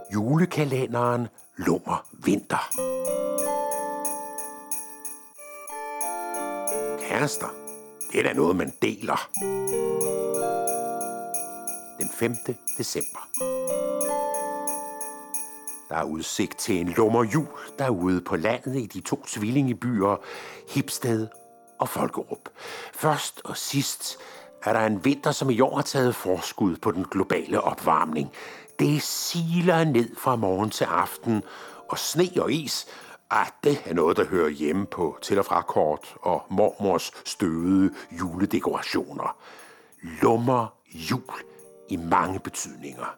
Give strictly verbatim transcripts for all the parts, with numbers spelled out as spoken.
Julekalenderen Lummer Vinter. Kærester, det er da noget, man deler. Den femte december. Der er udsigt til en lummerjul derude på landet i de to tvillingebyer Hipsted og Folkerup. Først og sidst er der en vinter, som i år har taget forskud på den globale opvarmning. Det siler ned fra morgen til aften, og sne og is, ah, det er noget, der hører hjemme på til- og frakort og mormors støvede juledekorationer. Lummer jul i mange betydninger.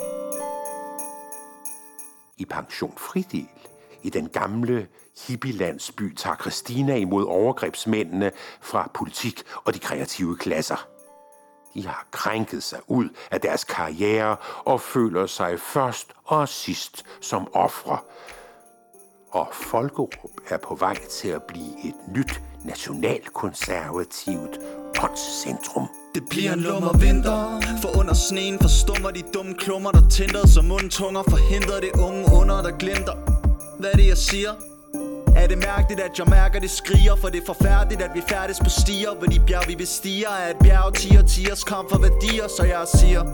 I Pension Fridel, i den gamle hippielandsby, tager Christina imod overgrebsmændene fra politik og de kreative klasser. De har krænket sig ud af deres karriere og føler sig først og sidst som ofre. Og Folkerup er på vej til at blive et nyt nationalkonservativt åndscentrum. Det bliver en lummer vinter, for under sneen forstummer de dumme klummer, der tænder som mundtunger, forhindrer det unge under, der glimter. Hvad er det, jeg siger? Er det mærkeligt, at jeg mærker det skriger? For det er forfærdeligt, at vi færdes på stier, hvor de bjerg vi bestiger er et bjerg, tiger, tigers kamp for værdier. Så jeg siger,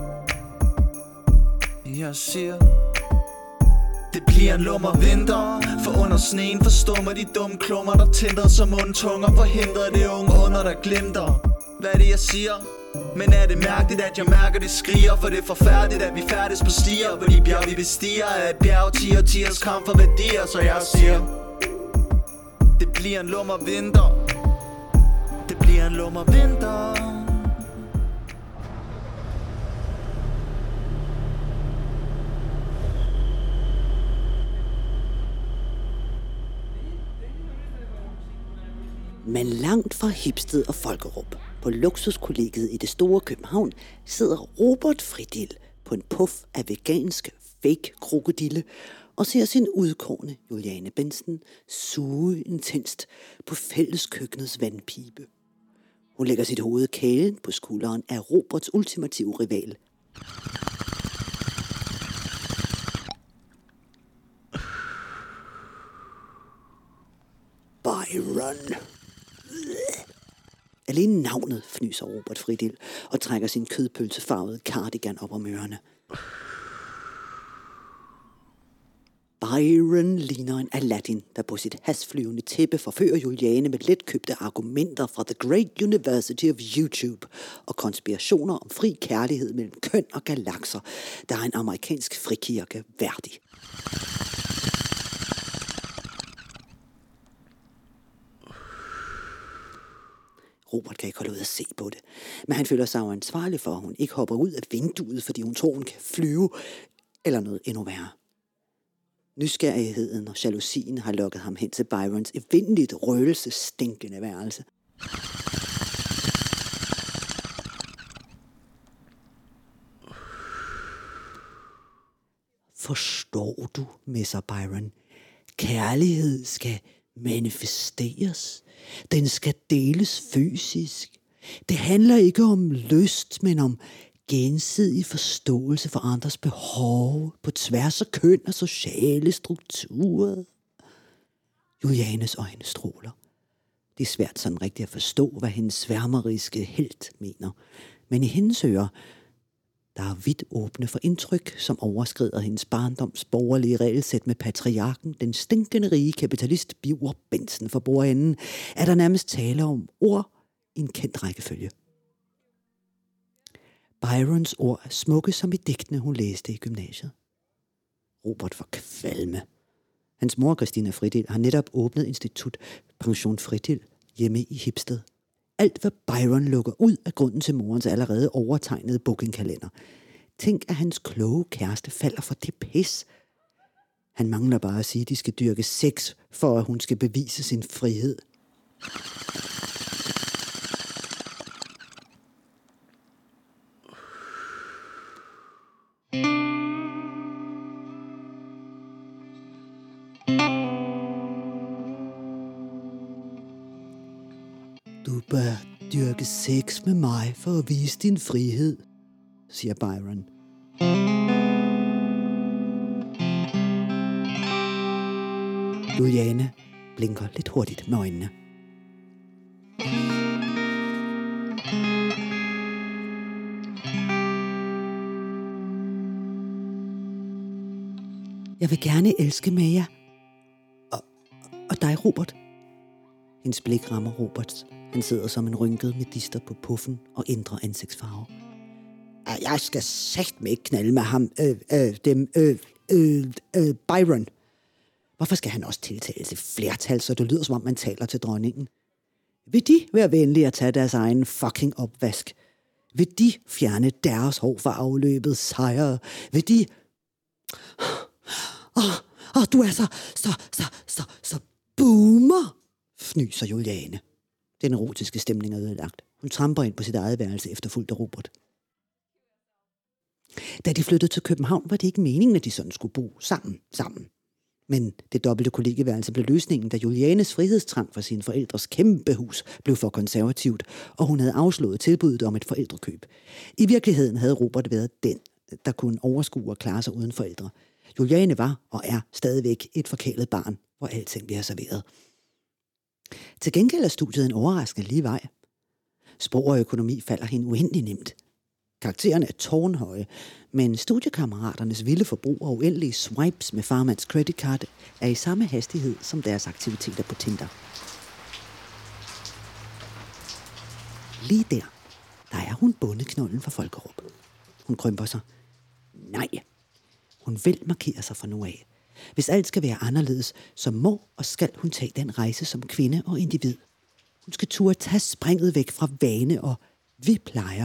jeg siger, det bliver en lummer vinter, for under sneen forstummer de dumme klummer, der tænder som mundtunger, forhindrer det unge under, der glimter. Hvad er det, jeg siger? Men er det mærkeligt, at jeg mærker det skriger? For det er forfærdeligt, at vi færdes på stier, hvor de bjerg vi bestiger er et bjerg, tiger, tigers kamp for værdier. Så jeg siger, det bliver en lummer vinter. Det bliver en lummer vinter. Men langt fra Hipsted og Folkerup, på luksuskollegiet i det store København, sidder Robert Fridel på en puff af vegansk fake krokodille og ser sin udkårne Juliane Bentzen suge intenst på fælleskøkkenets vandpibe. Hun lægger sit hoved kælen på skulderen af Roberts ultimative rival. Byron. Alene navnet fnyser Robert Fridel og trækker sin kødpølsefarvede cardigan op om ørerne. Byron ligner en Aladdin, der på sit hasflyvende tæppe forfører Juliane med letkøbte argumenter fra The Great University of YouTube og konspirationer om fri kærlighed mellem køn og galakser, der er en amerikansk frikirke værdig. Robert kan ikke holde ud at se på det, men han føler sig jo ansvarlig for, at hun ikke hopper ud af vinduet, fordi hun tror, hun kan flyve, eller noget endnu værre. Nysgerrigheden og jalousien har lokket ham hen til Byrons evindeligt røgelsestinkende værelse. Forstår du, messer Byron? Kærlighed skal manifesteres. Den skal deles fysisk. Det handler ikke om lyst, men om gensidig forståelse for andres behov på tværs af køn og sociale strukturer. Julianes øjne stråler. Det er svært sådan rigtigt at forstå, hvad hendes sværmeriske helt mener. Men i hendes ører, der er vidt åbne for indtryk, som overskrider hendes barndoms borgerlige regelsæt med patriarken, den stinkende rige kapitalist Biver Bentzen for bordenden, er der nærmest tale om ord i en kendt rækkefølge. Byrons ord er smukke som i digtene, hun læste i gymnasiet. Robert var kvalme. Hans mor, Christina Fridel, har netop åbnet institut Pension Fridel hjemme i Hipsted. Alt, hvad Byron lukker ud af grunden til morens allerede overtegnede bookingkalender. Tænk, at hans kloge kæreste falder for det pis. Han mangler bare at sige, at de skal dyrke sex, for at hun skal bevise sin frihed. Du bør dyrke sex med mig for at vise din frihed, siger Byron. Juliane blinker lidt hurtigt med øjnene. Jeg vil gerne elske med jer. Og, og dig, Robert. Hendes blik rammer Roberts. Han sidder som en rynket medister på puffen og ændrer ansigtsfarve. Jeg skal sagt med ikke knalde med ham, øh, øh, dem, øh, øh, øh, Byron. Hvorfor skal han også tiltales i flertal, så det lyder som om man taler til dronningen? Vil de være venlige at tage deres egen fucking opvask? Vil de fjerne deres hår fra afløbet sejre? Vil de... Åh, oh, oh, du er så, så, så, så, så boomer, fnyser Juliane. Den erotiske stemning er ødelagt. Hun tramper ind på sit eget værelse efterfulgt af Robert. Da de flyttede til København, var det ikke meningen, at de sådan skulle bo sammen, sammen. Men det dobbelte kollegieværelse blev løsningen, da Julianes frihedstrang for sine forældres kæmpe hus blev for konservativt, og hun havde afslået tilbuddet om et forældrekøb. I virkeligheden havde Robert været den, der kunne overskue og klare sig uden forældre. Juliane var og er stadigvæk et forkælet barn, hvor alting bliver serveret. Til gengæld er studiet en overraskende lige vej. Sprog og økonomi falder hende uendelig nemt. Karaktererne er tårnhøje, men studiekammeraternes vilde forbrug og uendelige swipes med farmands credit card er i samme hastighed som deres aktiviteter på Tinder. Lige der, der er hun bondeknolden for Folkerup. Hun krymper sig. Nej, hun vil markere sig fra nu af. Hvis alt skal være anderledes, så må og skal hun tage den rejse som kvinde og individ. Hun skal turde tage springet væk fra vane og vi plejer.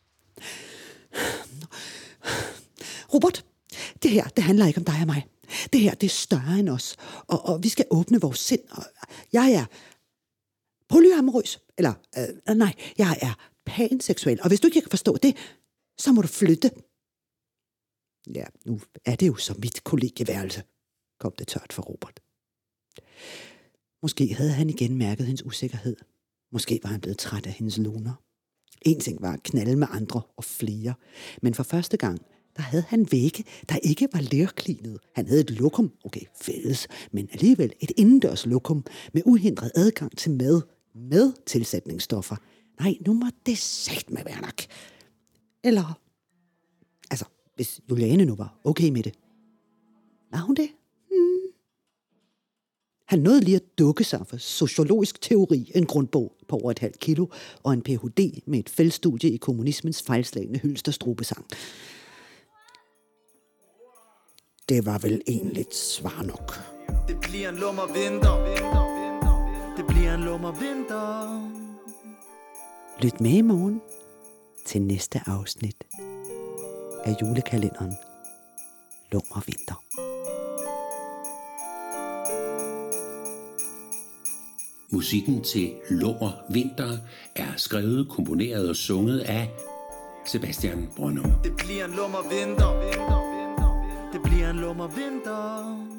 Robert, det her, det handler ikke om dig og mig. Det her, det er større end os, og, og vi skal åbne vores sind. Og jeg er polyamorøs, eller øh, nej, jeg er panseksuel, og hvis du ikke kan forstå det, så må du flytte. Ja, nu er det jo så mit kollegieværelse, kom det tørt for Robert. Måske havde han igen mærket hendes usikkerhed. Måske var han blevet træt af hendes luner. En ting var at knalde med andre og flere, men for første gang, der havde han vægge, der ikke var lerklinet. Han havde et lokum, okay, fælles, men alligevel et indendørs lokum med uhindret adgang til mad med tilsætningsstoffer. Nej, nu må det sagt med være nok. Eller, altså, hvis Juliane nu var okay med det. Var hun det? Hmm. Han nåede lige at dukke sig for sociologisk teori, en grundbog på over et halvt kilo, og en P H D med et feltstudie i kommunismens fejlslagne Hylster strubesang. Det var vel egentlig svar nok. Det bliver en lummer vinter. Det bliver en lummer vinter. Lyt med i morgen til næste afsnit af julekalenderen Lummer Vinter. Musikken til Lummer Vinter er skrevet, komponeret og sunget af Sebastian Brøndum. Det bliver en lummer vinter. Det bliver en lummer vinter.